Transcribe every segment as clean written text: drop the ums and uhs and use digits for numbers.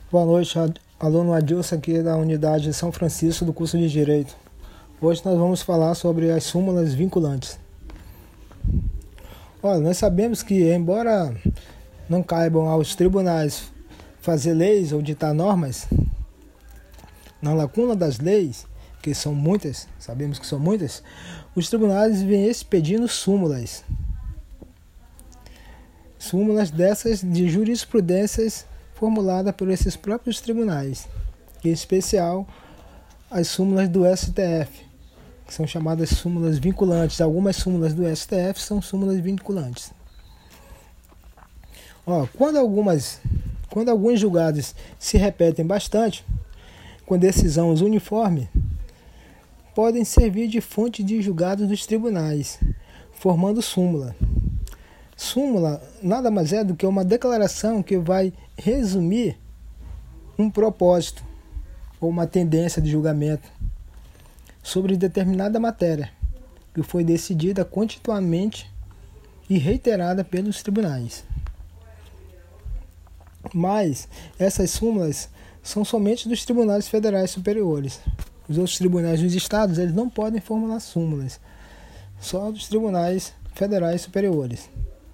Boa noite, aluno Adilson aqui da Unidade de São Francisco do curso de Direito. Hoje nós vamos falar sobre as súmulas vinculantes. Olha, nós sabemos que, embora não caibam aos tribunais fazer leis ou ditar normas, na lacuna das leis, que são muitas, sabemos que são muitas, os tribunais vêm expedindo súmulas. Súmulas dessas de jurisprudências formulada por esses próprios tribunais, em especial as súmulas do STF, que são chamadas súmulas vinculantes. Algumas súmulas do STF são súmulas vinculantes. Quando alguns julgados se repetem bastante, com decisões uniformes, podem servir de fonte de julgados dos tribunais, formando súmula. Súmula nada mais é do que uma declaração que vai resumir um propósito ou uma tendência de julgamento sobre determinada matéria que foi decidida continuamente e reiterada pelos tribunais. Mas essas súmulas são somente dos tribunais federais superiores. Os outros tribunais dos estados eles não podem formular súmulas, só dos tribunais federais superiores,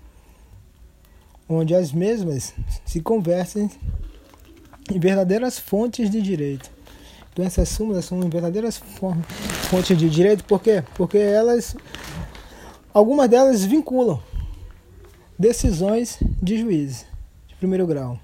onde as mesmas se convertem em verdadeiras fontes de direito. Então essas súmulas são verdadeiras fontes de direito, por quê? Porque algumas delas vinculam decisões de juízes de primeiro grau.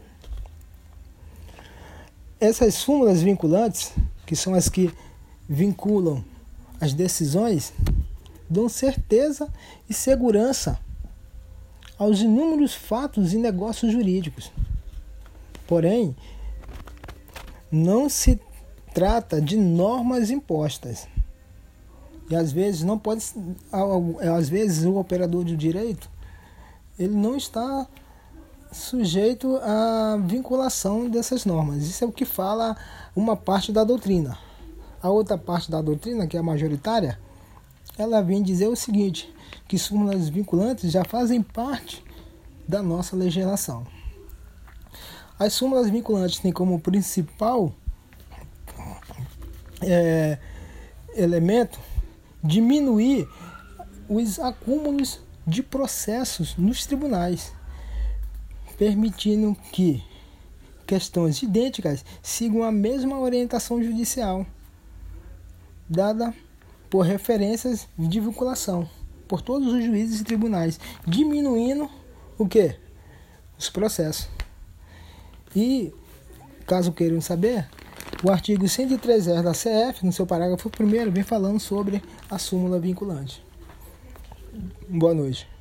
Essas súmulas vinculantes, que são as que vinculam as decisões, dão certeza e segurança aos inúmeros fatos e negócios jurídicos. Porém, não se trata de normas impostas. E às vezes o operador de direito ele não está sujeito à vinculação dessas normas. Isso é o que fala uma parte da doutrina. A outra parte da doutrina, que é a majoritária, ela vem dizer o seguinte, que súmulas vinculantes já fazem parte da nossa legislação. As súmulas vinculantes têm como principal elemento diminuir os acúmulos de processos nos tribunais, permitindo que questões idênticas sigam a mesma orientação judicial, dada por referências de vinculação por todos os juízes e tribunais, diminuindo o quê? Os processos. E, caso queiram saber, o artigo 103R da CF, no seu parágrafo 1º, vem falando sobre a súmula vinculante. Boa noite.